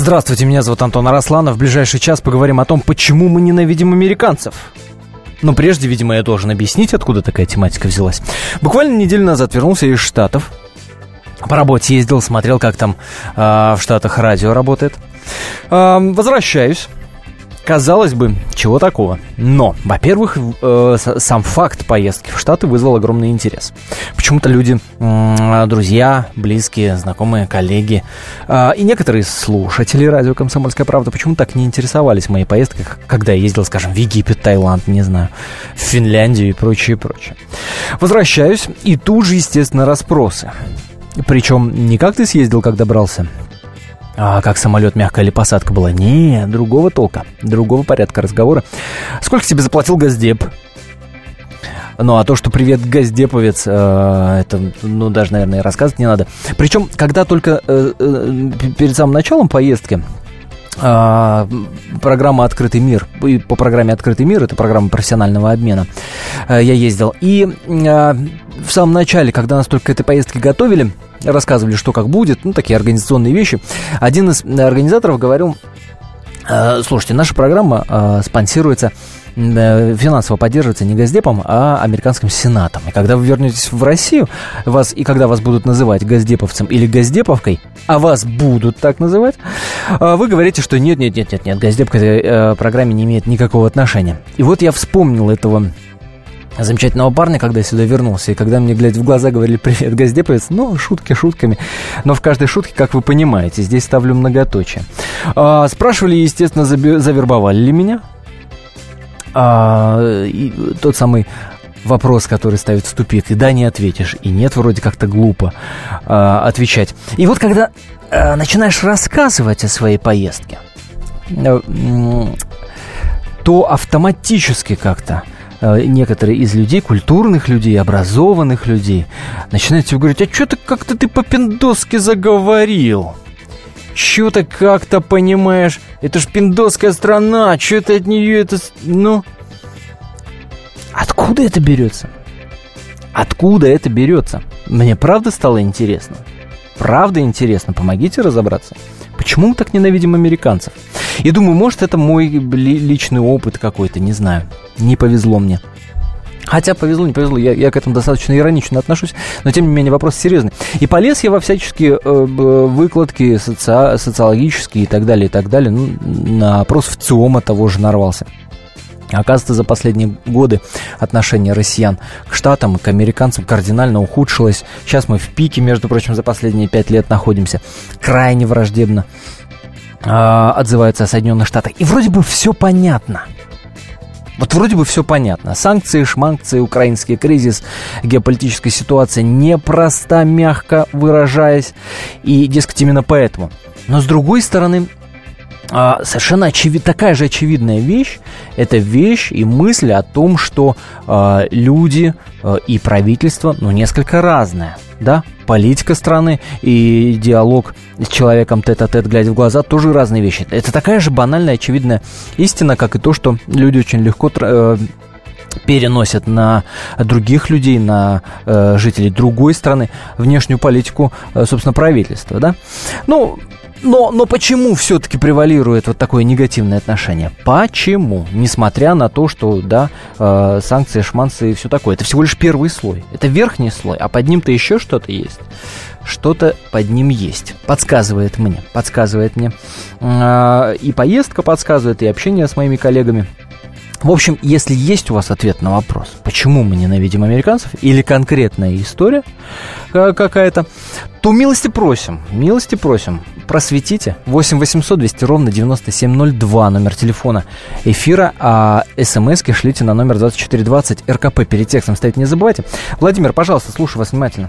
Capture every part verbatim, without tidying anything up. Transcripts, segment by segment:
Здравствуйте, меня зовут Антон Арасланов. В ближайший час поговорим о том, почему мы ненавидим американцев. Но прежде, видимо, я должен объяснить, откуда такая тематика взялась. Буквально неделю назад вернулся из Штатов. По работе ездил, смотрел, как там э, в Штатах радио работает. Э, возвращаюсь. Казалось бы, чего такого. Но, во-первых, э, сам факт поездки в Штаты вызвал огромный интерес. Почему-то люди, э, друзья, близкие, знакомые, коллеги э, и некоторые слушатели радио «Комсомольская правда» почему-то так не интересовались моей поездкой, когда я ездил, скажем, в Египет, Таиланд, не знаю, в Финляндию и прочее, прочее. Возвращаюсь, и тут же, естественно, расспросы. Причем не как ты съездил, как добрался, а как самолет, мягкая ли посадка была. Не, другого толка, другого порядка разговора. Сколько тебе заплатил Госдеп? Ну, а то, что привет, госдеповец, э, это, ну, даже, наверное, и рассказывать не надо. Причем, когда только э, э, перед самым началом поездки э, программа «Открытый мир», и по программе «Открытый мир», это программа профессионального обмена, э, я ездил. И э, в самом начале, когда нас только к этой поездке готовили, рассказывали, что как будет, ну, такие организационные вещи, один из организаторов говорил: э, слушайте, наша программа э, спонсируется, э, финансово поддерживается не Госдепом, а американским Сенатом. И когда вы вернетесь в Россию, вас, и когда вас будут называть госдеповцем или госдеповкой, а вас будут так называть, э, вы говорите, что нет, нет, нет, нет, нет, Госдеп к этой э, программе не имеет никакого отношения. И вот я вспомнил этого замечательного парня, когда я сюда вернулся, и когда мне, глядя в глаза, говорили: привет, госдеповец, ну, шутки шутками, но в каждой шутке, как вы понимаете, здесь ставлю многоточие. А, спрашивали, естественно, заби- завербовали ли меня. А, и тот самый вопрос, который ставит в тупик: и да, не ответишь, и нет, вроде как-то глупо а, отвечать. И вот когда а, начинаешь рассказывать о своей поездке, а, то автоматически как-то некоторые из людей, культурных людей, образованных людей, начинают тебе говорить: а что-то как-то ты по-пиндосски заговорил. Что-то как-то, понимаешь, это ж пиндосская страна, что ты от нее это... Ну, откуда это берется? Откуда это берется? Мне правда стало интересно. Правда интересно, помогите разобраться. Почему мы так ненавидим американцев? И думаю, может, это мой личный опыт какой-то, не знаю. Не повезло мне. Хотя повезло, не повезло, я, я к этому достаточно иронично отношусь, но тем не менее вопрос серьезный. И полез я во всяческие э, выкладки соци... социологические и так далее, и так далее. Ну, на опрос в ЦИОМа того же нарвался. Оказывается, за последние годы отношение россиян к Штатам, к американцам кардинально ухудшилось. Сейчас мы в пике, между прочим, за последние пять лет находимся. Крайне враждебно э, отзываются о Соединенных Штатах. И вроде бы все понятно. Вот вроде бы все понятно. Санкции, шманкции, украинский кризис, геополитическая ситуация непроста, мягко выражаясь. И, дескать, именно поэтому. Но с другой стороны... Совершенно очевид... такая же очевидная вещь, это вещь и мысль о том, что э, люди э, и правительство, ну, несколько разное, да, политика страны и диалог с человеком тет-а-тет, глядя в глаза, тоже разные вещи. Это такая же банальная, очевидная истина, как и то, что люди очень легко э, переносят на других людей, на э, жителей другой страны внешнюю политику, э, собственно, правительства, да. Ну, Но, но почему все-таки превалирует вот такое негативное отношение? Почему? Несмотря на то, что, да, э, санкции, шманцы и все такое. Это всего лишь первый слой. Это верхний слой, а под ним-то еще что-то есть. Что-то под ним есть. Подсказывает мне. Подсказывает мне. Э, и поездка подсказывает, и общение с моими коллегами. В общем, если есть у вас ответ на вопрос, почему мы ненавидим американцев, или конкретная история какая-то, то милости просим, милости просим, просветите. восемь восемьсот двести ровно девяносто семь ноль два, номер телефона эфира, а смски шлите на номер двадцать четыре двадцать, РКП перед текстом ставить не забывайте. Владимир, пожалуйста, слушаю вас внимательно.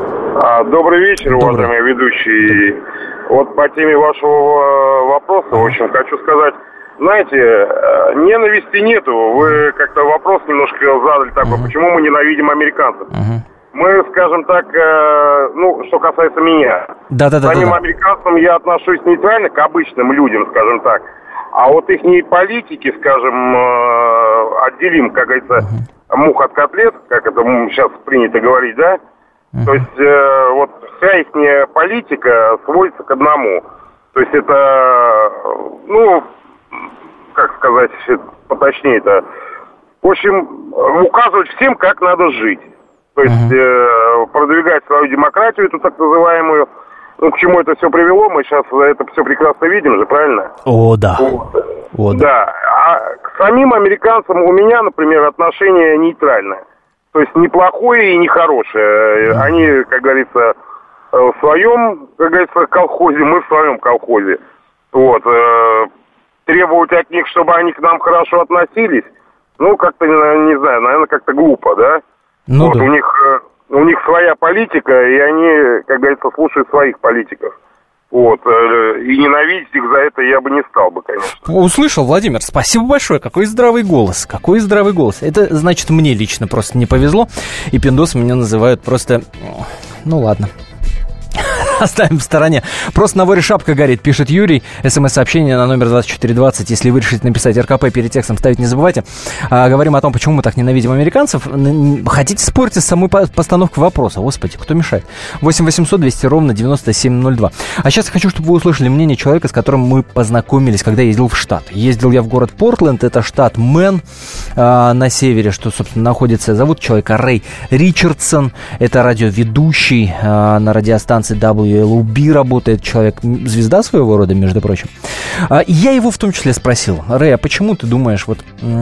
Добрый вечер, Добрый. уважаемый ведущий. Вот по теме вашего вопроса, в общем, хочу сказать, знаете, ненависти нету. Вы как-то вопрос немножко задали такой, uh-huh. почему мы ненавидим американцев. Uh-huh. Мы, скажем так, э, ну, что касается меня. Да-да-да. К самим американцам я отношусь нейтрально, к обычным людям, скажем так. А вот их политики, скажем, э, отделим, как говорится, uh-huh. мух от котлет, как это сейчас принято говорить, да? Uh-huh. То есть, э, вот вся их политика сводится к одному. То есть это, ну, как сказать поточнее-то, в общем, указывать всем, как надо жить. То есть uh-huh. э, продвигать свою демократию, эту так называемую. Ну, к чему это все привело, мы сейчас это все прекрасно видим же, правильно? О, да. Вот. О, да. Да. А к самим американцам у меня, например, отношение нейтральное. То есть не плохое и не хорошее. Uh-huh. Они, как говорится, в своем, как говорится, колхозе, мы в своем колхозе. Вот. Э, требовать от них, чтобы они к нам хорошо относились, ну, как-то, не знаю, наверное, как-то глупо, да? Ну, вот, да. У них, у них своя политика, и они, как говорится, слушают своих политиков. Вот. И ненавидеть их за это я бы не стал бы, конечно. Услышал, Владимир, спасибо большое. Какой здравый голос, какой здравый голос. Это, значит, мне лично просто не повезло, и пиндосы меня называют просто... Ну, ладно. Оставим в стороне. Просто на воре шапка горит, пишет Юрий. СМС-сообщение на номер двадцать четыре двадцать. Если вы решите написать РКП, перед текстом ставить не забывайте. А, говорим о том, почему мы так ненавидим американцев. Хотите, спорьте с самой постановкой вопроса. Господи, кто мешает? восемь восемьсот двести ровно девяносто семь ноль два. А сейчас я хочу, чтобы вы услышали мнение человека, с которым мы познакомились, когда я ездил в Штаты. Ездил я в город Портленд, это штат Мэн а, на севере, что, собственно, находится. Зовут человека Рэй Ричардсон. Это радиоведущий а, на радиостанции дабл ю эл ю би работает человек, звезда своего рода, между прочим. Я его в том числе спросил: Рэй, а почему ты думаешь, вот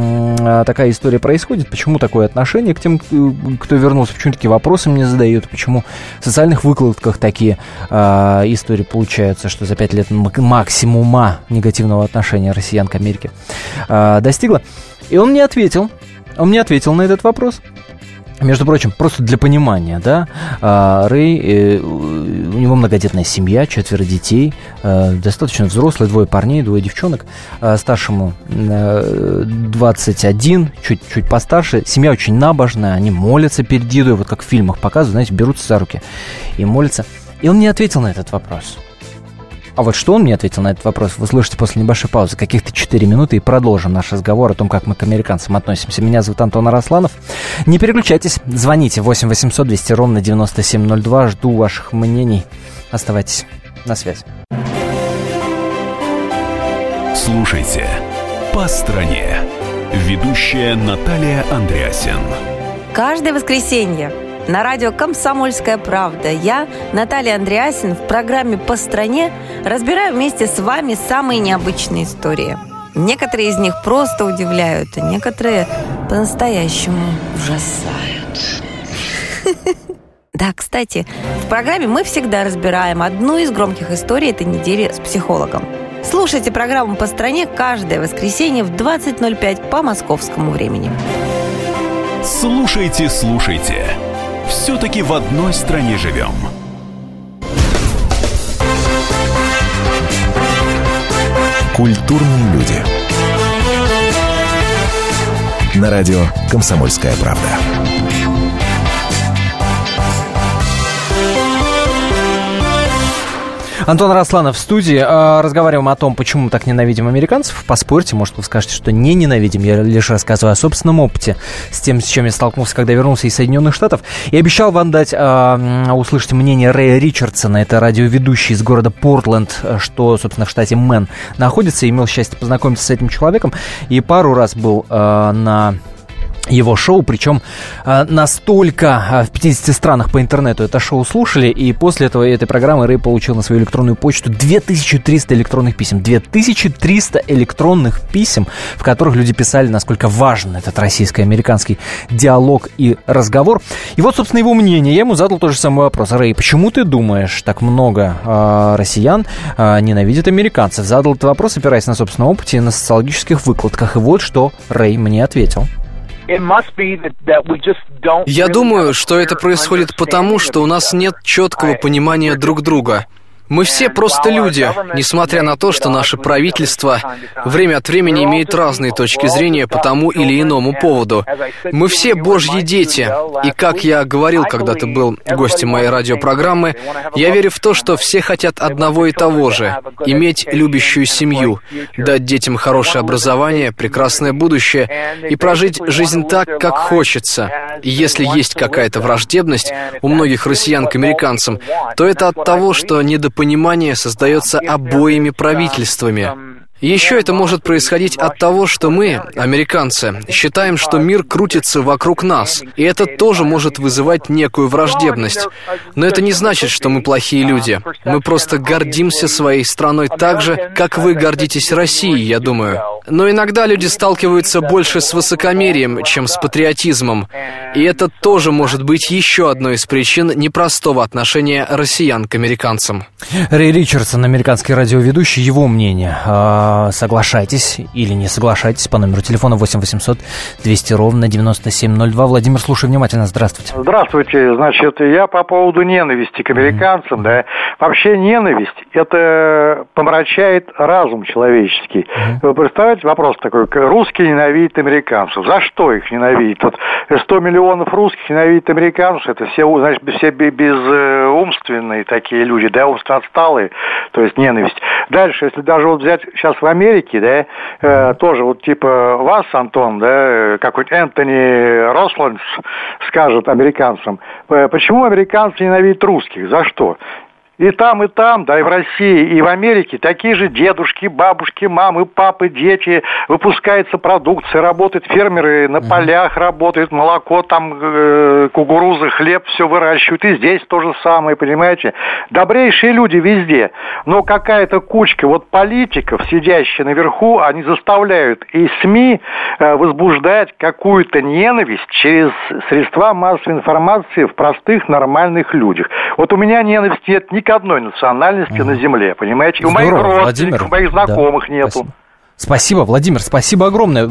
такая история происходит, почему такое отношение к тем, кто вернулся, почему такие вопросы мне задают, почему в социальных выкладках такие а, истории получаются, что за пять лет максимума негативного отношения россиян к Америке а, достигло. И он мне ответил, он мне ответил на этот вопрос. Между прочим, просто для понимания, да, Рэй, э, у него многодетная семья, четверо детей, э, достаточно взрослые, двое парней, двое девчонок, э, старшему э, двадцать один, чуть-чуть постарше. Семья очень набожная, они молятся перед едой, вот как в фильмах показывают, знаете, берутся за руки и молятся. И он не ответил на этот вопрос. А вот что он мне ответил на этот вопрос, вы слышите после небольшой паузы, каких-то четыре минуты, и продолжим наш разговор о том, как мы к американцам относимся. Меня зовут Антон Арасланов. Не переключайтесь, звоните восемь восемьсот двести ровно девяносто семь ноль два. Жду ваших мнений. Оставайтесь на связи. Слушайте «По стране». Ведущая Наталья Андреасен. Каждое воскресенье на радио «Комсомольская правда» я, Наталья Андреасен, в программе «По стране» разбираю вместе с вами самые необычные истории. Некоторые из них просто удивляют, а некоторые по-настоящему ужасают. Да, кстати, в программе мы всегда разбираем одну из громких историй этой недели с психологом. Слушайте программу «По стране» каждое воскресенье в двадцать ноль пять по московскому времени. Слушайте, слушайте. Все-таки в одной стране живем. Культурные люди. На радио «Комсомольская правда». Антон Арасланов в студии. Разговариваем о том, почему мы так ненавидим американцев. Поспорьте, может, вы скажете, что не ненавидим. Я лишь рассказываю о собственном опыте, с тем, с чем я столкнулся, когда вернулся из Соединенных Штатов. И обещал вам дать, э, услышать мнение Рэя Ричардсона. Это радиоведущий из города Портленд, что, собственно, в штате Мэн находится. Имел счастье познакомиться с этим человеком. И пару раз был э, на... его шоу, причем э, настолько э, в пятидесяти странах по интернету это шоу слушали, и после этого этой программы Рэй получил на свою электронную почту две тысячи триста электронных писем. две тысячи триста электронных писем, в которых люди писали, насколько важен этот российско-американский диалог и разговор. И вот, собственно, его мнение. Я ему задал тот же самый вопрос. Рэй, почему ты думаешь, так много э, россиян э, ненавидят американцев? Задал этот вопрос, опираясь на собственном опыте и на социологических выкладках. И вот что Рэй мне ответил. Я думаю, что это происходит потому, что у нас нет четкого понимания друг друга. Мы все просто люди, несмотря на то, что наше правительство время от времени имеет разные точки зрения по тому или иному поводу. Мы все Божьи дети, и как я говорил, когда ты был гостем моей радиопрограммы, я верю в то, что все хотят одного и того же — иметь любящую семью, дать детям хорошее образование, прекрасное будущее и прожить жизнь так, как хочется. И если есть какая-то враждебность у многих россиян к американцам, то это от того, что недопонимание недопонимание создается обоими правительствами. Еще это может происходить от того, что мы, американцы, считаем, что мир крутится вокруг нас, и это тоже может вызывать некую враждебность. Но это не значит, что мы плохие люди. Мы просто гордимся своей страной так же, как вы гордитесь Россией, я думаю. Но иногда люди сталкиваются больше с высокомерием, чем с патриотизмом. И это тоже может быть еще одной из причин непростого отношения россиян к американцам. Рэй Ричардсон, американский радиоведущий, его мнение. Соглашайтесь или не соглашайтесь по номеру телефона восемь восемьсот двести ровно девяносто семь ноль два. Владимир, слушаю внимательно. Здравствуйте. Здравствуйте. Значит, я по поводу ненависти к американцам, mm-hmm. да. Вообще ненависть, это помрачает разум человеческий. Mm-hmm. Вы представляете, вопрос такой, русские ненавидят американцев. За что их ненавидят? Вот сто миллионов русских ненавидят американцев, это все, значит, все безумственные такие люди, да, умственно отсталые, то есть ненависть. Дальше, если даже вот взять сейчас в Америке, да, э, тоже вот типа вас, Антон, да, какой-нибудь Энтони Росландс скажет американцам, почему американцы ненавидят русских, за что? И там, и там, да, и в России, и в Америке такие же дедушки, бабушки, мамы, папы, дети, выпускается продукция, работают фермеры, на полях работают, молоко, там, э, кукуруза, хлеб, все выращивают, и здесь то же самое, понимаете? Добрейшие люди везде, но какая-то кучка вот политиков, сидящие наверху, они заставляют и СМИ э, возбуждать какую-то ненависть через средства массовой информации в простых, нормальных людях. Вот у меня ненависти нет ни к одной национальности mm. на земле, понимаете? Здорово, у моих родственников, Владимир. У моих знакомых да. нету. Спасибо. Спасибо, Владимир, спасибо огромное.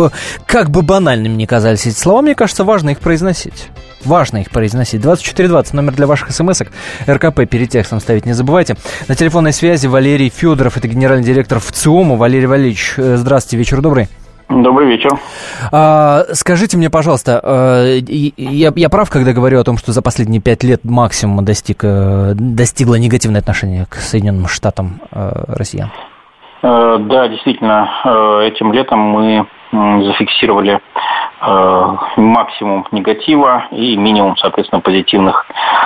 Как бы банальными ни казались эти слова, мне кажется, важно их произносить. Важно их произносить. двадцать четыре двадцать, номер для ваших смс-ок. РКП перед текстом ставить не забывайте. На телефонной связи Валерий Федоров, это генеральный директор ВЦИОМа. Валерий Валерьевич, здравствуйте, вечер добрый. Добрый вечер. А, скажите мне, пожалуйста, я, я прав, когда говорю о том, что за последние пять лет максимум достиг, достигло негативное отношение к Соединенным Штатам россиян? Да, действительно, этим летом мы зафиксировали максимум негатива и минимум, соответственно, позитивных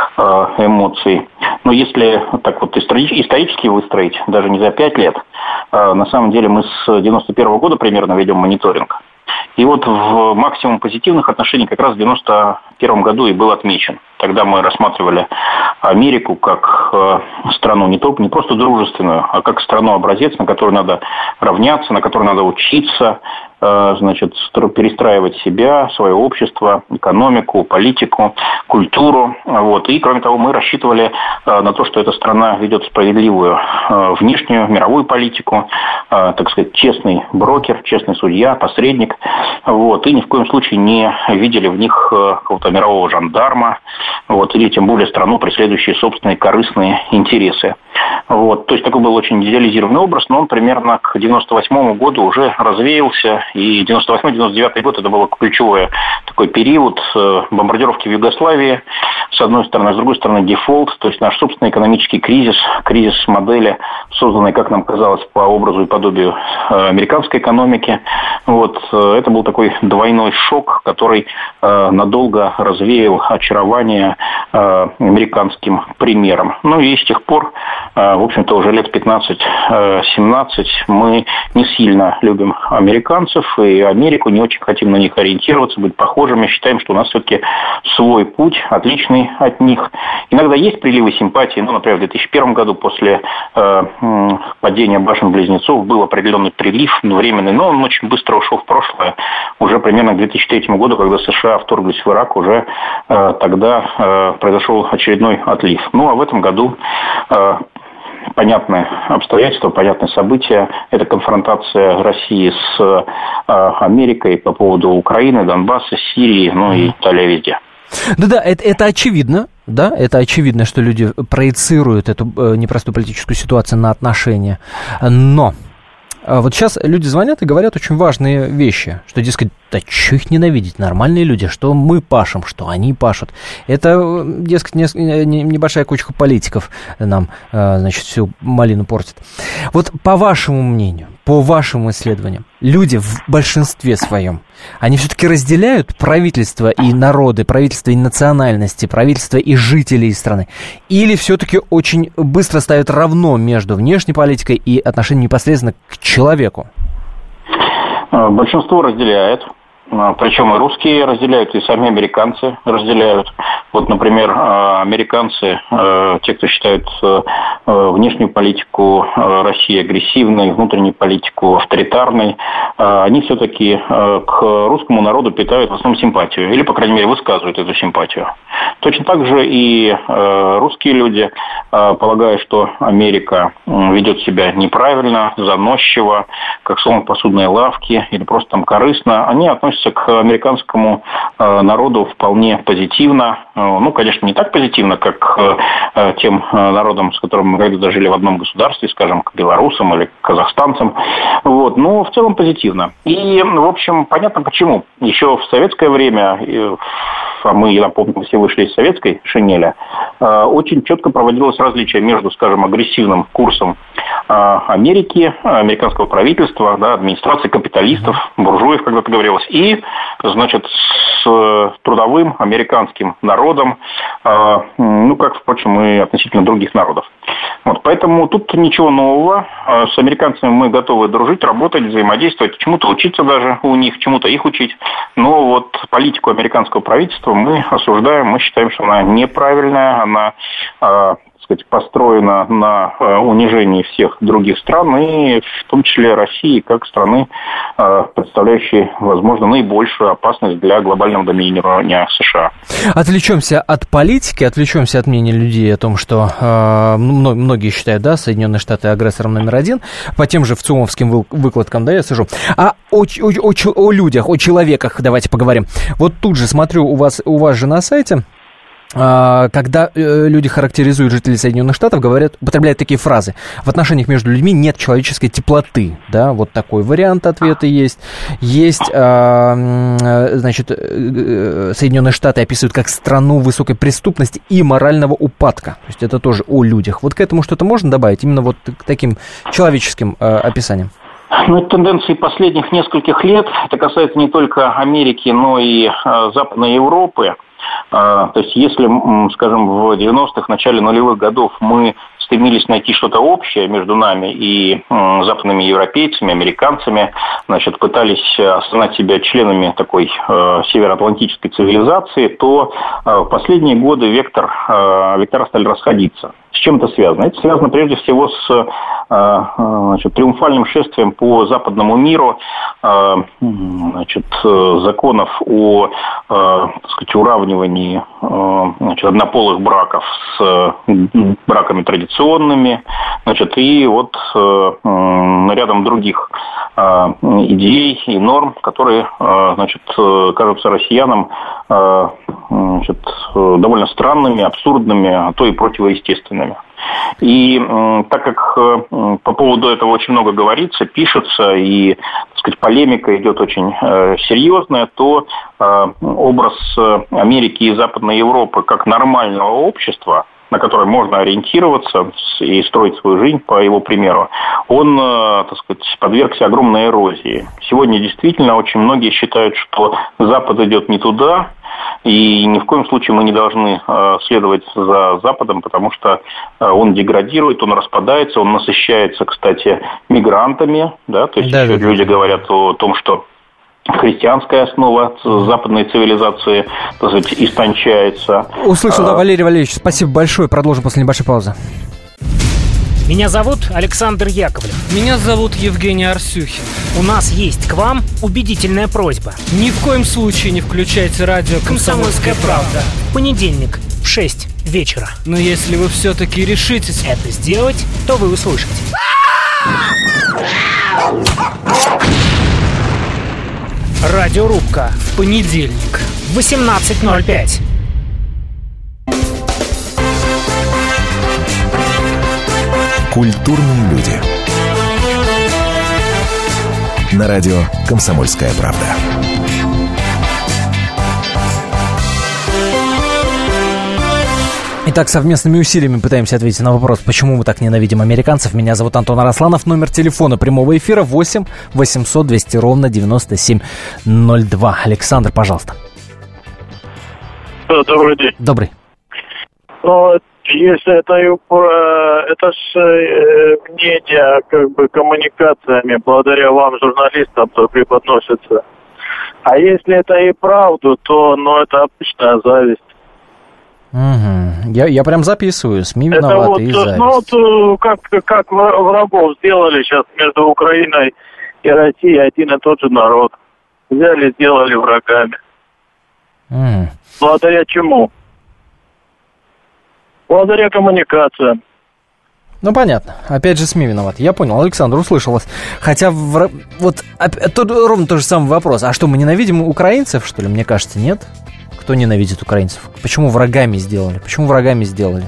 эмоций. Но если так вот исторически выстроить, даже не за пять лет, на самом деле мы с девяносто первого года примерно ведем мониторинг. И вот в максимум позитивных отношений как раз в девяносто первом году и был отмечен. Тогда мы рассматривали Америку как страну не только, не просто дружественную, а как страну-образец, на которую надо равняться, на которую надо учиться, значит, перестраивать себя, свое общество, экономику, политику, культуру. Вот. И, кроме того, мы рассчитывали на то, что эта страна ведет справедливую внешнюю мировую политику, так сказать, честный брокер, честный судья, посредник. Вот. И ни в коем случае не видели в них какого-то мирового жандарма, вот, или тем более страну, преследующую собственные корыстные интересы. Вот. То есть такой был очень идеализированный образ, но он примерно к девяносто восьмому году уже развеялся. И девяносто восьмой девяносто девятый год это был ключевой такой период бомбардировки в Югославии, с одной стороны, с другой стороны дефолт, то есть наш собственный экономический кризис, кризис модели, созданной, как нам казалось, по образу и подобию американской экономики. Вот. Это был такой двойной шок, который надолго развеял очарование американским примером. Ну и с тех пор, в общем-то, уже лет пятнадцать-семнадцать мы не сильно любим американцев и Америку, не очень хотим на них ориентироваться, быть похожими. Считаем, что у нас все-таки свой путь, отличный от них. Иногда есть приливы симпатии. Ну, например, в две тысячи первом году после э, падения башен-близнецов был определенный прилив, временный, но он очень быстро ушел в прошлое. Уже примерно к две тысячи третьему году, когда США вторглись в Ирак, уже э, тогда э, произошел очередной отлив. Ну, а в этом году э, понятное обстоятельство, понятное событие. Это конфронтация России с э, Америкой по поводу Украины, Донбасса, Сирии, ну и Италия везде. Да-да, это, это очевидно, да, это очевидно, что люди проецируют эту э, непростую политическую ситуацию на отношения, но вот сейчас люди звонят и говорят очень важные вещи, что, дескать, да что их ненавидеть, нормальные люди, что мы пашем, что они пашут. Это, дескать, небольшая кучка политиков нам, значит, всю малину портит. Вот по вашему мнению, по вашим исследованиям, люди в большинстве своем, они все-таки разделяют правительство и народы, правительство и национальности, правительство и жителей страны? Или все-таки очень быстро ставят равно между внешней политикой и отношением непосредственно к человеку? Большинство разделяет. Причем и русские разделяют, и сами американцы разделяют. Вот, например, американцы, те, кто считают внешнюю политику России агрессивной, внутреннюю политику авторитарной, они все-таки к русскому народу питают в основном симпатию, или, по крайней мере, высказывают эту симпатию. Точно так же и русские люди, полагая, что Америка ведет себя неправильно, заносчиво, как слон в посудной лавке, или просто там корыстно, они относятся к американскому э, народу вполне позитивно. Э, ну, конечно, не так позитивно, как э, тем э, народам, с которыми мы когда-то жили в одном государстве, скажем, к белорусам или к казахстанцам. Вот, но в целом позитивно. И, в общем, понятно почему. Еще в советское время, э, а мы, я напомню, все вышли из советской шинели, э, очень четко проводилось различие между, скажем, агрессивным курсом э, Америки, американского правительства, да, администрации капиталистов, буржуев, когда-то говорилось, и значит, с трудовым американским народом, ну, как, впрочем, и относительно других народов. Вот, поэтому тут ничего нового. С американцами мы готовы дружить, работать, взаимодействовать, чему-то учиться даже у них, чему-то их учить. Но вот политику американского правительства мы осуждаем, мы считаем, что она неправильная, она построена на унижении всех других стран, и в том числе России, как страны, представляющей, возможно, наибольшую опасность для глобального доминирования США. Отвлечемся от политики, отвлечемся от мнения людей о том, что э, многие считают, да, Соединенные Штаты агрессором номер один, по тем же ВЦИОМовским выкладкам, да, я сижу. А о, о, о, о людях, о человеках давайте поговорим. Вот тут же смотрю, у вас, у вас же на сайте... Когда люди характеризуют жителей Соединенных Штатов, говорят, употребляют такие фразы: в отношениях между людьми нет человеческой теплоты, да, вот такой вариант ответа есть. Есть, значит, Соединенные Штаты описывают как страну высокой преступности и морального упадка, то есть это тоже о людях. Вот к этому что-то можно добавить, именно вот к таким человеческим описаниям? Ну, это тенденции последних нескольких лет. Это касается не только Америки, но и Западной Европы. То есть, если, скажем, в девяностых, начале нулевых годов мы стремились найти что-то общее между нами и западными европейцами, американцами, значит, пытались осознать себя членами такой э, североатлантической цивилизации, то э, в последние годы вектор, э, вектора стали расходиться. С чем это связано? Это связано прежде всего с э, значит, триумфальным шествием по западному миру, э, значит, законов о, э, так сказать, уравнивании э, значит, однополых браков с браками традиционными, значит, и вот э, рядом других э, идей и норм, которые, э, значит, кажутся россиянам э, значит, довольно странными, абсурдными, а то и противоестественными. И э, так как э, по поводу этого очень много говорится, пишется, и, так сказать, полемика идет очень э, серьезная, то э, образ Америки и Западной Европы как нормального общества, на которое можно ориентироваться и строить свою жизнь по его примеру, он, так сказать, подвергся огромной эрозии. Сегодня действительно очень многие считают, что Запад идет не туда, и ни в коем случае мы не должны следовать за Западом, потому что он деградирует, он распадается, он насыщается, кстати, мигрантами, да, то есть да, да, люди да. говорят о том, что христианская основа западной цивилизации, так сказать, истончается. Услышал, да, Валерий Валерьевич, спасибо большое. Продолжим после небольшой паузы. Меня зовут Александр Яковлев. Меня зовут Евгений Арсюхин. У нас есть к вам убедительная просьба. Ни в коем случае не включайте радио «Комсомольская правда». В понедельник в шесть вечера. Но если вы все-таки решитесь это сделать, то вы услышите. Радиорубка. В понедельник. восемнадцать ноль пять. Культурные люди. На радио «Комсомольская правда». Итак, совместными усилиями пытаемся ответить на вопрос, почему мы так ненавидим американцев. Меня зовут Антон Арасланов. Номер телефона прямого эфира восемь восемьсот двести ровно девяносто семь ноль два. Александр, пожалуйста. Добрый день. Добрый. Ну, если это, это ж мнение как бы коммуникациями, благодаря вам, журналистам, то преподносится. А если это и правду, то ну, это обычная зависть. Угу. Я, я прям записываю. СМИ виноваты вот, и зависть. Ну вот как, как врагов сделали сейчас между Украиной и Россией один и тот же народ. Взяли, сделали врагами. Mm. Благодаря чему? Благодаря коммуникациям. Ну, понятно. Опять же, СМИ виноваты. Я понял. Александр, услышал вас. Хотя, в... вот тут ровно тот же самый вопрос. А что, мы ненавидим украинцев, что ли? Мне кажется, нет. Кто ненавидит украинцев? Почему врагами сделали? Почему врагами сделали?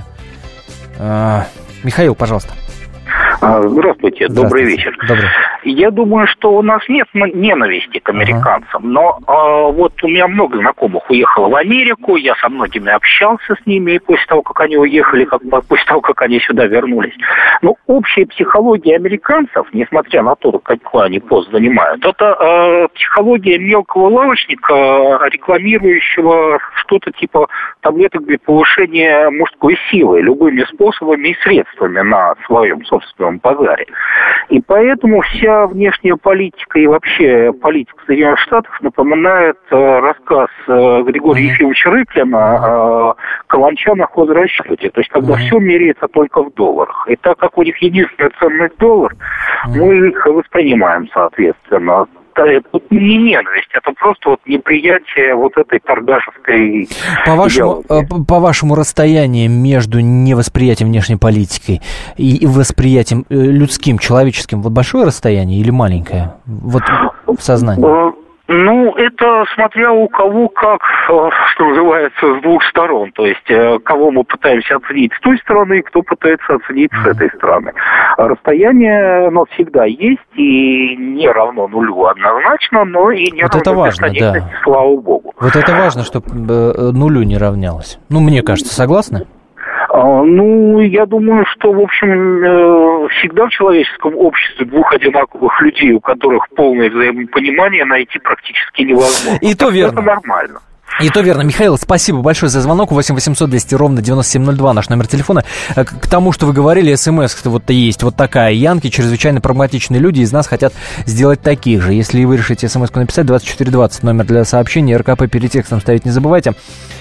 А, Михаил, пожалуйста. Здравствуйте, добрый вечер. Добрый. Я думаю, что у нас нет ненависти к американцам, ага. но а, вот у меня много знакомых уехало в Америку, я со многими общался с ними, и после того, как они уехали, как, после того, как они сюда вернулись. Но общая психология американцев, несмотря на то, какой они пост занимают, это а, психология мелкого лавочника, рекламирующего что-то типа таблеток для повышения мужской силы любыми способами и средствами на своем собственном базаре. И поэтому вся внешняя политика и вообще политика Соединенных Штатов напоминает э, рассказ э, Григория Ефимовича Рыклина э, «Каланча на хозрасчете». То есть, когда все меряется только в долларах. И так как у них единственная ценность доллар, мы их воспринимаем соответственно. Это не ненависть, это просто вот неприятие вот этой торгашевской... По вашему, по вашему расстоянию между невосприятием внешней политики и восприятием людским, человеческим, вот большое расстояние или маленькое? Вот в сознании. Ну, это смотря у кого как, что называется, с двух сторон. То есть, кого мы пытаемся оценить с той стороны, кто пытается оценить с этой стороны. Расстояние, оно всегда есть и не равно нулю однозначно, но и не вот равно это важно, да. Слава богу. Вот это важно, чтобы нулю не равнялось. Ну, мне кажется, согласны? Ну, я думаю, что, в общем, всегда в человеческом обществе двух одинаковых людей, у которых полное взаимопонимание, найти практически невозможно. И то верно. Это нормально. И то верно. Михаил, спасибо большое за звонок. восемь восемьсот двести ровно девяносто семь ноль два наш номер телефона. К тому, что вы говорили, смс вот есть вот такая. Янки, чрезвычайно прагматичные люди, из нас хотят сделать таких же. Если вы решите смс-ку написать, двадцать четыре двадцать, номер для сообщения, РКП перед текстом ставить не забывайте.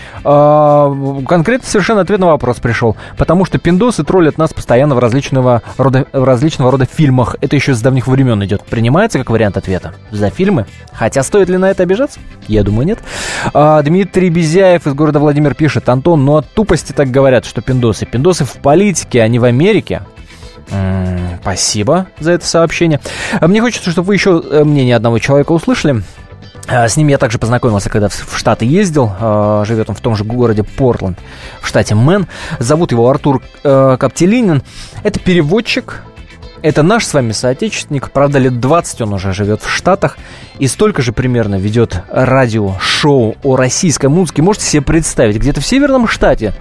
Конкретно совершенно ответ на вопрос пришел. Потому что пиндосы троллят нас постоянно в различного рода, в различного рода фильмах. Это еще с давних времен идет. Принимается как вариант ответа за фильмы? Хотя стоит ли на это обижаться? Я думаю, нет. а, Дмитрий Безяев из города Владимир пишет: Антон, ну от тупости так говорят, что пиндосы. Пиндосы в политике, а не в Америке. М-м, спасибо за это сообщение. Мне хочется, чтобы вы еще мнение одного человека услышали. С ним я также познакомился, когда в Штаты ездил. Живет он в том же городе Портленд, в штате Мэн. Зовут его Артур Коптелинин. Это переводчик. Это наш с вами соотечественник. Правда, лет двадцать он уже живет в Штатах. И столько же примерно ведет радиошоу о российской музыке. Можете себе представить, где-то в северном штате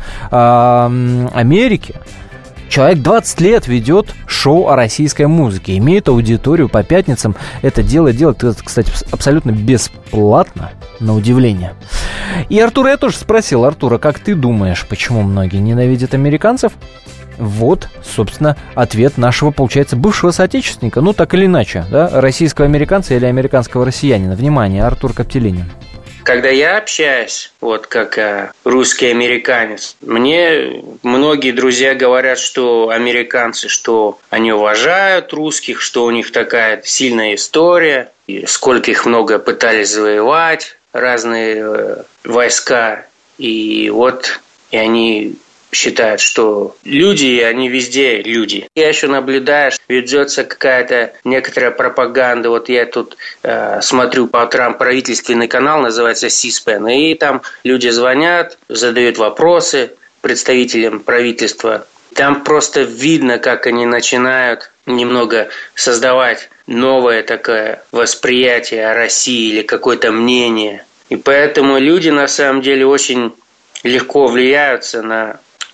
Америки человек двадцать лет ведет шоу о российской музыке, имеет аудиторию по пятницам. Это дело делает, кстати, абсолютно бесплатно, на удивление. И Артура я тоже спросил: Артура, как ты думаешь, почему многие ненавидят американцев? Вот, собственно, ответ нашего, получается, бывшего соотечественника. Ну, так или иначе, да, российского американца или американского россиянина. Внимание, Артур Коптелинин. Когда я общаюсь, вот как э, русский американец, мне многие друзья говорят, что американцы, что они уважают русских, что у них такая сильная история, и сколько их много пытались завоевать, разные э, войска, и вот и они считают, что люди, они везде люди. Я еще наблюдаю, что ведется какая-то некоторая пропаганда. Вот я тут э, смотрю по утрам правительственный канал, называется Си-спен, и там люди звонят, задают вопросы представителям правительства. Там просто видно, как они начинают немного создавать новое такое восприятие о России или какое-то мнение. И поэтому люди на самом деле очень легко влияются на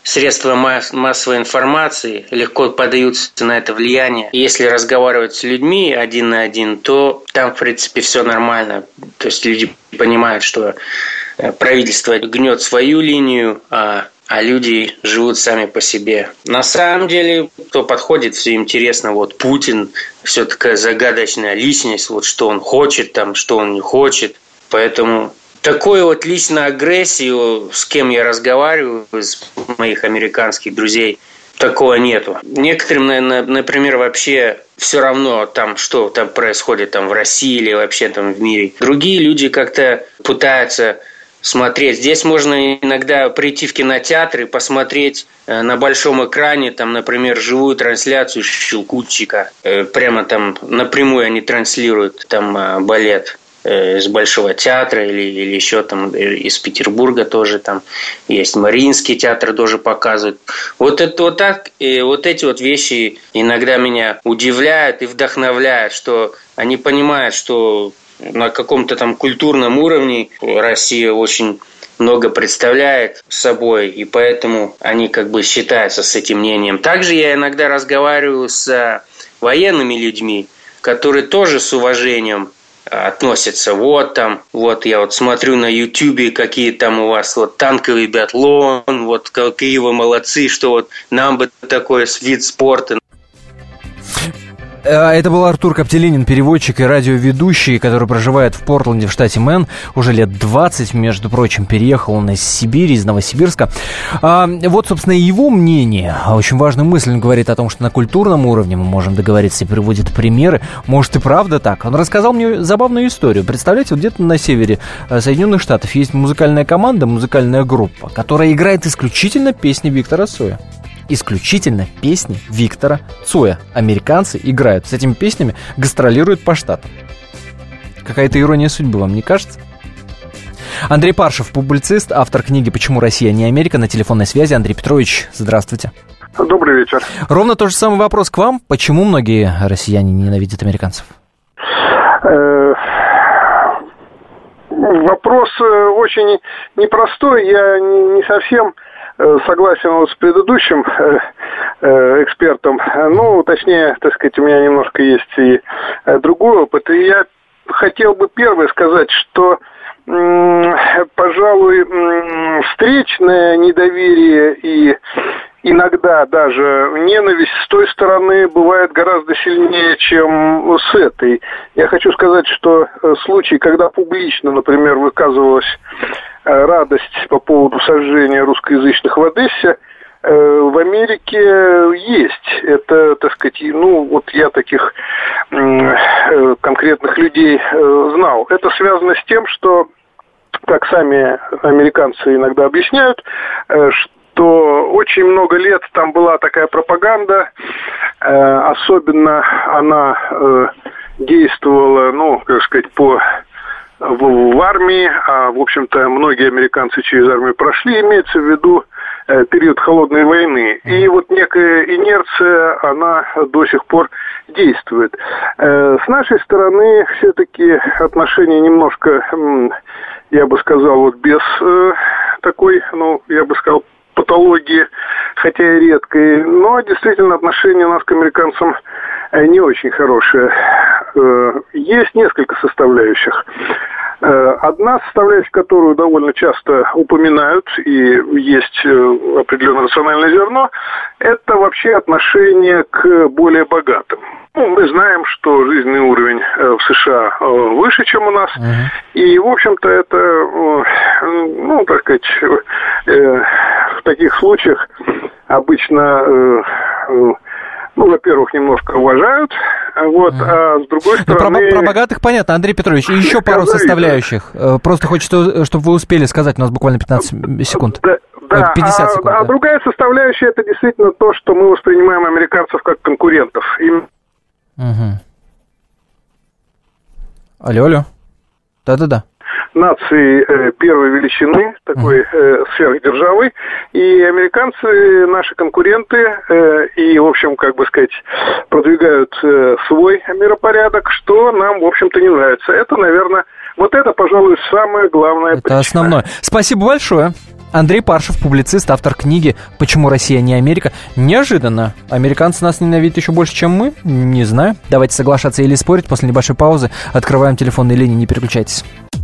средства масс- массовой информации легко поддаются на это влияние. И если разговаривать с людьми один на один, то там, в принципе, все нормально. То есть люди понимают, что правительство гнет свою линию, а а люди живут сами по себе. На самом деле, кто подходит, все интересно. Вот Путин, все такая загадочная личность, вот что он хочет там, что он не хочет. Поэтому такой вот личной агрессии, с кем я разговариваю, из моих американских друзей, такого нету. Некоторым, например, вообще все равно там, что там происходит там в России или вообще там в мире. Другие люди как-то пытаются смотреть. Здесь можно иногда прийти в кинотеатр и посмотреть на большом экране, там, например, живую трансляцию Щелкунчика. Прямо там напрямую они транслируют там балет из Большого театра или, или еще там из Петербурга тоже там есть. Мариинский театр тоже показывают. Вот это вот так, и вот эти вот вещи иногда меня удивляют и вдохновляют, что они понимают, что на каком-то там культурном уровне Россия очень много представляет собой, и поэтому они как бы считаются с этим мнением. Также я иногда разговариваю с военными людьми, которые тоже с уважением относятся. Вот там, вот я вот смотрю на Ютубе, какие там у вас вот танковый биатлон, вот какие вы молодцы, что вот нам бы такой вид спорта. Это был Артур Коптелинин, переводчик и радиоведущий, который проживает в Портленде в штате Мэн. Уже лет двадцать, между прочим, переехал он из Сибири, из Новосибирска. А, вот, собственно, его мнение. Очень важную мысль. Он говорит о том, что на культурном уровне мы можем договориться, и приводит примеры. Может, и правда так. Он рассказал мне забавную историю. Представляете, вот где-то на севере Соединенных Штатов есть музыкальная команда, музыкальная группа, которая играет исключительно песни Виктора Цоя. Исключительно песни Виктора Цоя. Американцы играют с этими песнями, гастролируют по штатам. Какая-то ирония судьбы, вам не кажется? Андрей Паршев, публицист, автор книги «Почему Россия не Америка», на телефонной связи. Андрей Петрович, здравствуйте. Добрый вечер. Ровно тот же самый вопрос к вам. Почему многие россияне ненавидят американцев? Вопрос очень непростой. Я не совсем согласен вот с предыдущим экспертом. Ну, точнее, так сказать, у меня немножко есть и другой опыт. И я хотел бы первое сказать, что, пожалуй, встречное недоверие и иногда даже ненависть с той стороны бывает гораздо сильнее, чем с этой. Я хочу сказать, что случай, когда публично, например, выказывалась радость по поводу сожжения русскоязычных в Одессе, в Америке есть. Это, так сказать, ну, вот я таких конкретных людей знал. Это связано с тем, что, как сами американцы иногда объясняют, что очень много лет там была такая пропаганда, особенно она действовала, ну, как сказать, по... В, в армии, а, в общем-то, многие американцы через армию прошли, имеется в виду э, период холодной войны. И вот некая инерция, она до сих пор действует. Э, с нашей стороны все-таки отношения немножко, м, я бы сказал, вот без э, такой, ну, я бы сказал, патологии, хотя и редкой, но действительно отношения у нас к американцам не очень хорошие. Есть несколько составляющих. Одна составляющая, которую довольно часто упоминают, и есть определенное рациональное зерно, это вообще отношение к более богатым. Ну, мы знаем, что жизненный уровень в США выше, чем у нас, uh-huh. и, в общем-то, это, ну, так сказать, в таких случаях обычно... Ну, во-первых, немножко уважают, вот, а с другой стороны... Ну, про, про богатых понятно, Андрей Петрович, и еще пару составляющих. Просто хочется, чтобы вы успели сказать, у нас буквально пятнадцать секунд. Да, да. пятьдесят секунд. А, да. а другая составляющая, это действительно то, что мы воспринимаем американцев как конкурентов. И... Угу. Алло, алло. Да-да-да. Нации э, первой величины, такой э, сверхдержавы, и американцы наши конкуренты, э, и, в общем, как бы сказать, продвигают э, свой миропорядок, что нам, в общем-то, не нравится. Это, наверное, вот это, пожалуй, самое главное. Это причина. Основное. Спасибо большое. Андрей Паршев, публицист, автор книги «Почему Россия не Америка». Неожиданно. Американцы нас ненавидят еще больше, чем мы? Не знаю. Давайте соглашаться или спорить. После небольшой паузы открываем телефонные линии. Не переключайтесь.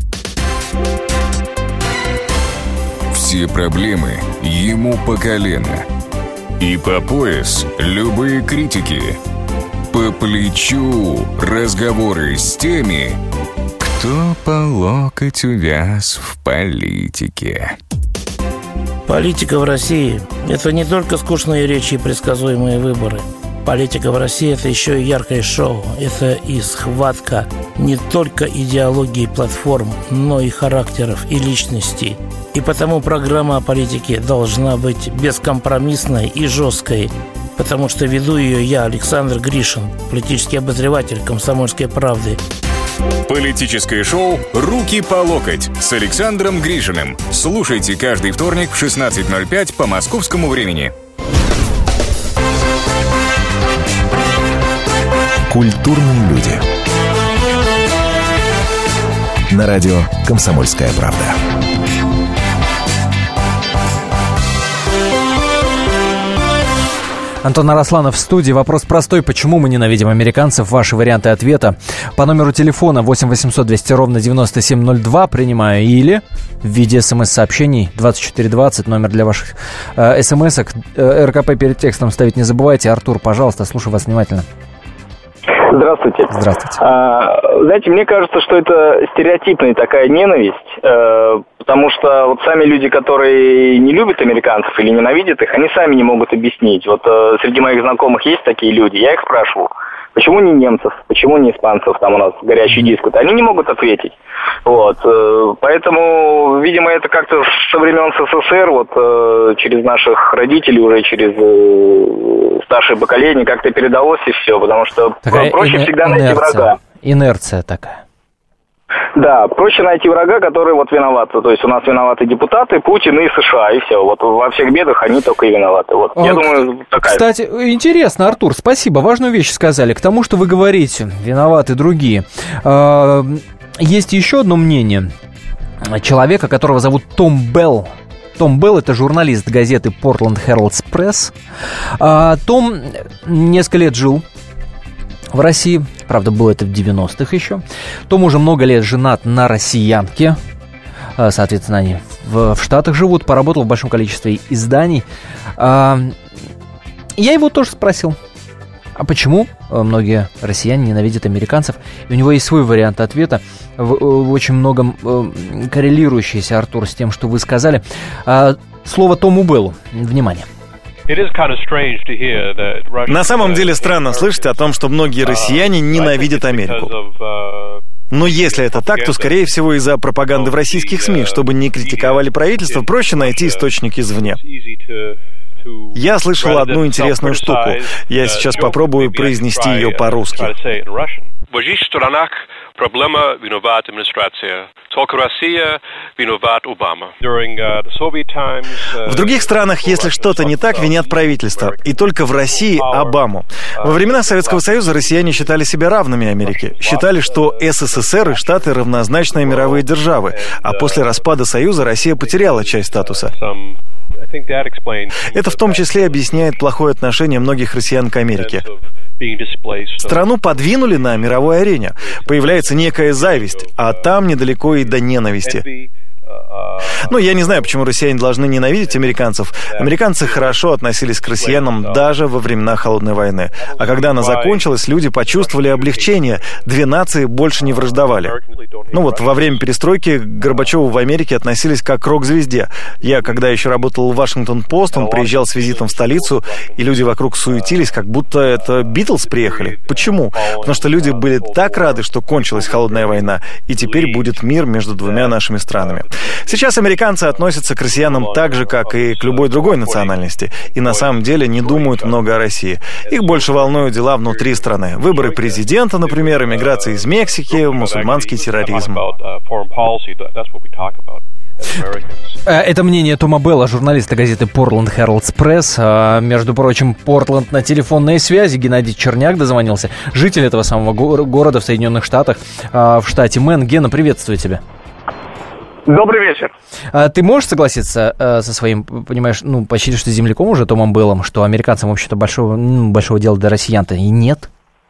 Все проблемы ему по колено. И по пояс любые критики. По плечу разговоры с теми, кто по локоть увяз в политике. Политика в России – это не только скучные речи и предсказуемые выборы. Политика в России – это еще и яркое шоу. Это и схватка не только идеологии платформ, но и характеров и личностей. И потому программа о политике должна быть бескомпромиссной и жесткой, потому что веду ее я, Александр Гришин, политический обозреватель «Комсомольской правды». Политическое шоу «Руки по локоть» с Александром Гришиным. Слушайте каждый вторник в шестнадцать ноль пять по московскому времени. Культурные люди. На радио «Комсомольская правда». Антон Арасланов в студии. Вопрос простой. Почему мы ненавидим американцев? Ваши варианты ответа по номеру телефона восемь восемьсот двести ровно девяносто семь ноль два принимаю. Или в виде смс-сообщений двадцать четыре двадцать, номер для ваших э, смс-ок. Э, РКП перед текстом ставить не забывайте. Артур, пожалуйста, слушаю вас внимательно. Здравствуйте. Здравствуйте. А, знаете, мне кажется, что это стереотипная такая ненависть, э, потому что вот сами люди, которые не любят американцев или ненавидят их, они сами не могут объяснить. Вот э, среди моих знакомых есть такие люди, я их спрашиваю, почему не немцев, почему не испанцев, там у нас горячий дискут, они не могут ответить. Вот, э, поэтому, видимо, это как-то со времен СССР, вот э, через наших родителей, уже через э, старшее поколение как-то передалось и все, потому что такая проще ин- всегда найти инерция. врага. Инерция такая. Да, проще найти врага, который вот виноват. То есть у нас виноваты депутаты, Путин и США, и все. Вот во всех бедах они только и виноваты. Вот. А, я думаю, такая... Кстати, интересно, Артур, спасибо. Важную вещь сказали. К тому, что вы говорите, виноваты другие. Есть еще одно мнение человека, которого зовут Том Белл. Том Белл – это журналист газеты Portland Herald Press. Том несколько лет жил в России, правда, было это в девяностых еще. Том уже много лет женат на россиянке. Соответственно, они в, в Штатах живут, поработал в большом количестве изданий. Я его тоже спросил, а почему многие россияне ненавидят американцев? И у него есть свой вариант ответа, в, в очень многом коррелирующийся, Артур, с тем, что вы сказали. Слово Тому Беллу. Внимание. На самом деле странно слышать о том, что многие россияне ненавидят Америку. Но если это так, то, скорее всего, из-за пропаганды в российских СМИ. Чтобы не критиковали правительство, проще найти источник извне. Я слышал одну интересную штуку. Я сейчас попробую произнести ее по-русски. В других странах проблема виновата администрация. Только Россия виноват Обама. В других странах, если что-то не так, винят правительство. И только в России Обаму. Во времена Советского Союза россияне считали себя равными Америке. Считали, что СССР и Штаты равнозначные мировые державы. А после распада Союза Россия потеряла часть статуса. Это в том числе объясняет плохое отношение многих россиян к Америке. Страну подвинули на мировой арене. Появляется некая зависть, а там недалеко и до ненависти. Ну, я не знаю, почему россияне должны ненавидеть американцев. Американцы хорошо относились к россиянам даже во времена Холодной войны. А когда она закончилась, люди почувствовали облегчение. Две нации больше не враждовали. Ну вот, во время перестройки к Горбачеву в Америке относились как к рок-звезде. Я, когда еще работал в Вашингтон-Пост, он приезжал с визитом в столицу, и люди вокруг суетились, как будто это Битлз приехали. Почему? Потому что люди были так рады, что кончилась Холодная война, и теперь будет мир между двумя нашими странами. Сейчас американцы относятся к россиянам так же, как и к любой другой национальности, и на самом деле не думают много о России. Их больше волнуют дела внутри страны. Выборы президента, например, эмиграция из Мексики, мусульманский терроризм. Это мнение Тома Белла, журналиста газеты Portland Herald Press. Между прочим, Портленд на телефонной связи. Геннадий Черняк дозвонился, житель этого самого го- города в Соединенных Штатах, в штате Мэн. Гена, приветствую тебя. Добрый вечер. А ты можешь согласиться э, со своим, понимаешь, ну, почти что земляком уже, Томом Беллом, что американцам, вообще-то, большого, ну, большого дела до россиян-то и нет?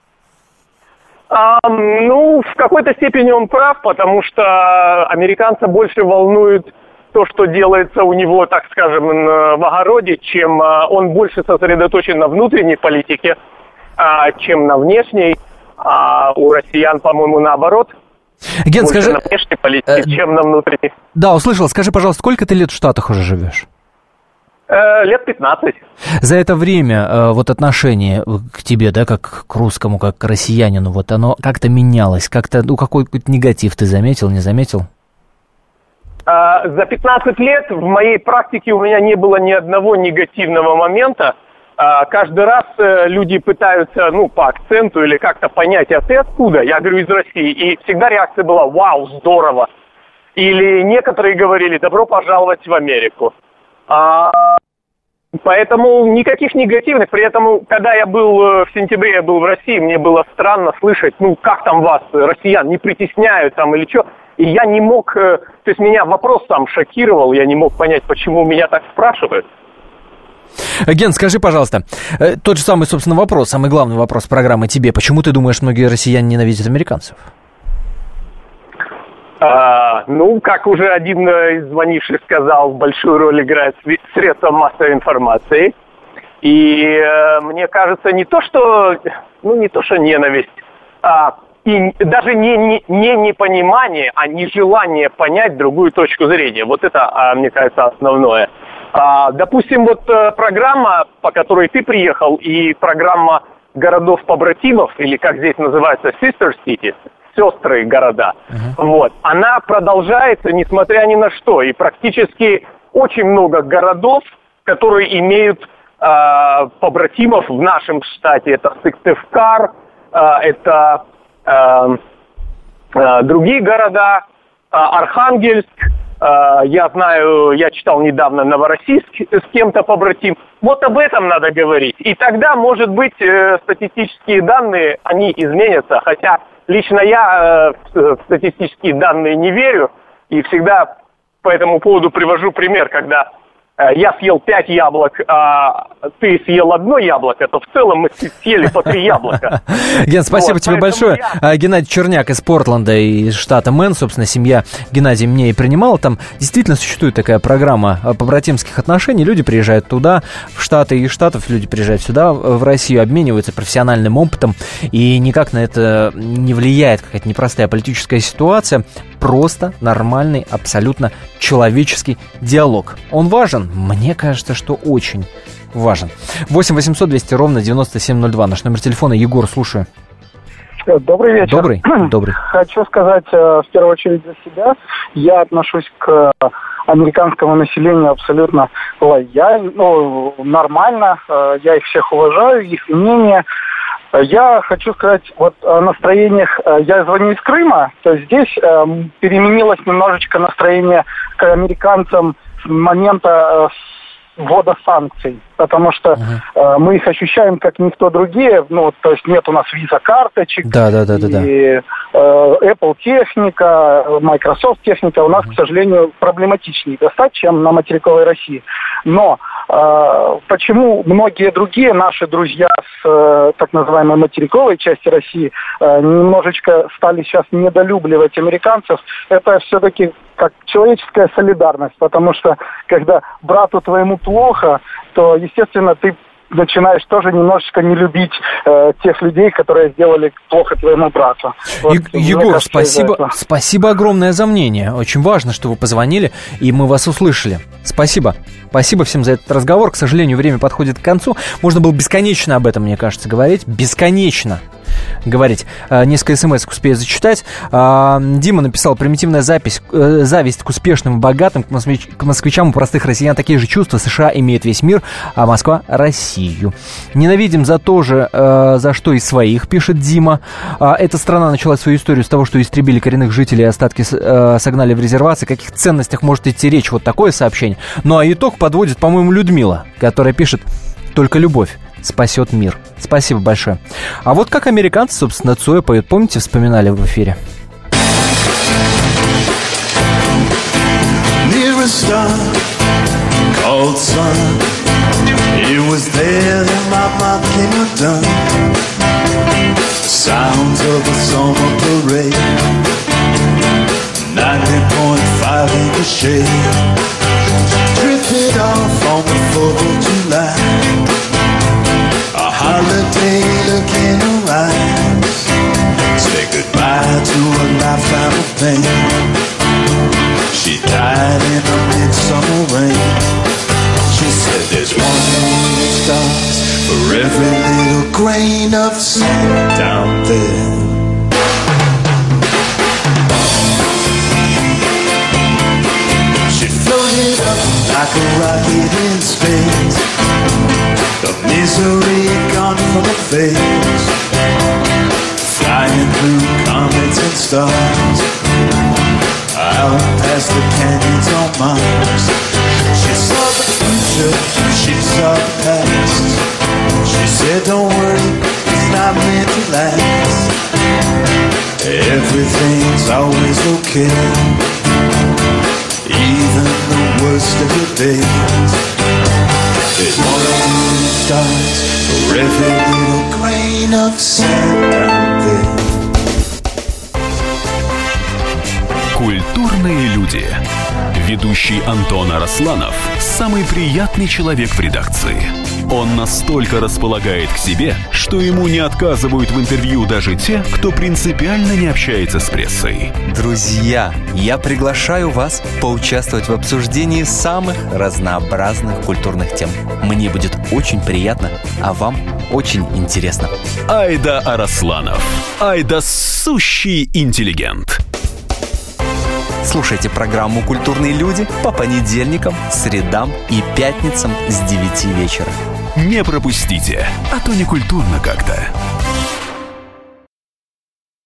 А, ну, в какой-то степени он прав, потому что американца больше волнует то, что делается у него, так скажем, в огороде, чем он больше сосредоточен на внутренней политике, чем на внешней. А у россиян, по-моему, наоборот. Ген, больше скажи... на внешней политике, э... чем на внутренней. Да, услышал. Скажи, пожалуйста, сколько ты лет в Штатах уже живешь? Э, лет пятнадцать. За это время э, вот отношение к тебе, да, как к русскому, как к россиянину, вот оно как-то менялось? Как-то, ну, какой-то негатив ты заметил, не заметил? Э, за пятнадцать лет в моей практике у меня не было ни одного негативного момента. Uh, каждый раз uh, люди пытаются, ну, по акценту или как-то понять, а ты откуда? Я говорю, из России. И всегда реакция была: вау, здорово. Или некоторые говорили: добро пожаловать в Америку. Uh, поэтому никаких негативных. При этом, когда я был в сентябре, я был в России, мне было странно слышать, ну, как там вас, россиян, не притесняют там или что. И я не мог, то есть меня вопрос там шокировал, я не мог понять, почему меня так спрашивают. Ген, скажи, пожалуйста, тот же самый, собственно, вопрос, самый главный вопрос программы тебе. Почему ты думаешь, многие россияне ненавидят американцев? А, ну, как уже один из звонивших сказал, большую роль играет средства массовой информации. И э, мне кажется, не то, что, ну, не то, что ненависть, а и даже не, не, не непонимание, а нежелание понять другую точку зрения. Вот это, мне кажется, основное. А, допустим, вот программа, по которой ты приехал, и программа городов-побратимов, или как здесь называется, sister cities, сестры города, uh-huh. вот, она продолжается, несмотря ни на что. И практически очень много городов, которые имеют а, побратимов в нашем штате. Это Сыктывкар, а, это а, а, другие города, а, Архангельск. Я знаю, я читал недавно Новороссийск с кем-то побратим. Вот об этом надо говорить. И тогда, может быть, статистические данные, они изменятся. Хотя лично я в статистические данные не верю. И всегда по этому поводу привожу пример, когда я съел пять яблок, а ты съел одно яблоко, то в целом мы съели по три яблока. Ген, спасибо вот, тебе большое. Я... Геннадий Черняк из Портленда, из штата Мэн, собственно, семья Геннадия меня и принимала. Там действительно существует такая программа побратимских отношений. Люди приезжают туда, в Штаты, и из Штатов люди приезжают сюда, в Россию, обмениваются профессиональным опытом. И никак на это не влияет какая-то непростая политическая ситуация. Просто нормальный, абсолютно человеческий диалог. Он важен? Мне кажется, что очень важен. восемь восемьсот двести ровно девяносто семь ноль два. Наш номер телефона. Егор, слушаю. Добрый вечер. Добрый. Добрый. Хочу сказать, в первую очередь, за себя. Я отношусь к американскому населению абсолютно лояльно, ну, нормально. Я их всех уважаю, их мнение. Я хочу сказать вот о настроениях. Я звоню из Крыма, то есть здесь э, переменилось немножечко настроение к американцам с момента э, ввода санкций, потому что uh-huh. э, мы их ощущаем как никто другие. Ну, то есть нет у нас виза-карточек, да, да, да, да, да. и э, Apple техника, Microsoft техника у нас, uh-huh. к сожалению, проблематичнее достать, чем на материковой России. Но э, почему многие другие наши друзья с э, так называемой материковой части России э, немножечко стали сейчас недолюбливать американцев, это все-таки как человеческая солидарность, потому что когда брату твоему плохо, то, естественно, ты начинаешь тоже немножечко не любить э, тех людей, которые сделали плохо твоему брату. Вот, е- Егор, кажется, спасибо, спасибо огромное за мнение. Очень важно, что вы позвонили, и мы вас услышали. Спасибо. Спасибо всем за этот разговор. К сожалению, время подходит к концу. Можно было бесконечно об этом, мне кажется, говорить. Бесконечно говорить. Несколько смс успею зачитать. Дима написал: примитивная запись, зависть к успешным и богатым, к, москвич, к москвичам у простых россиян такие же чувства. США имеет весь мир, а Москва — Россию. Ненавидим за то же, за что и своих, пишет Дима. Эта страна начала свою историю с того, что истребили коренных жителей, остатки согнали в резервации. О каких ценностях может идти речь? Вот такое сообщение. Ну а итог подводит, по-моему, Людмила, которая пишет: только любовь спасет мир. Спасибо большое. А вот как американцы, собственно, Цоя поют. Помните, вспоминали в эфире? a star called sun. It was there that my mouth came undone. Sounds of a summer parade, ninety point five acre shade, drifted off on the fourth of July. A holiday look in her eyes, say goodbye to a lifetime of pain. She died in the midsummer rain. She said there's one million stars for every little grain of sand down there. She floated up like a rocket in space, the misery gone from her face, flying through comets and stars, out past the canyons on Mars. She saw the future, she saw the past. She said don't worry, it's not meant to last. Everything's always okay, even the worst of your days. There's one million stars for every little grain of sand out there. Культурные люди. Ведущий Антон Арасланов – самый приятный человек в редакции. Он настолько располагает к себе, что ему не отказывают в интервью даже те, кто принципиально не общается с прессой. Друзья, я приглашаю вас поучаствовать в обсуждении самых разнообразных культурных тем. Мне будет очень приятно, а вам очень интересно. Айда Арасланов. Айда сущий интеллигент. Слушайте программу «Культурные люди» по понедельникам, средам и пятницам с девяти вечера. Не пропустите, а то не культурно как-то.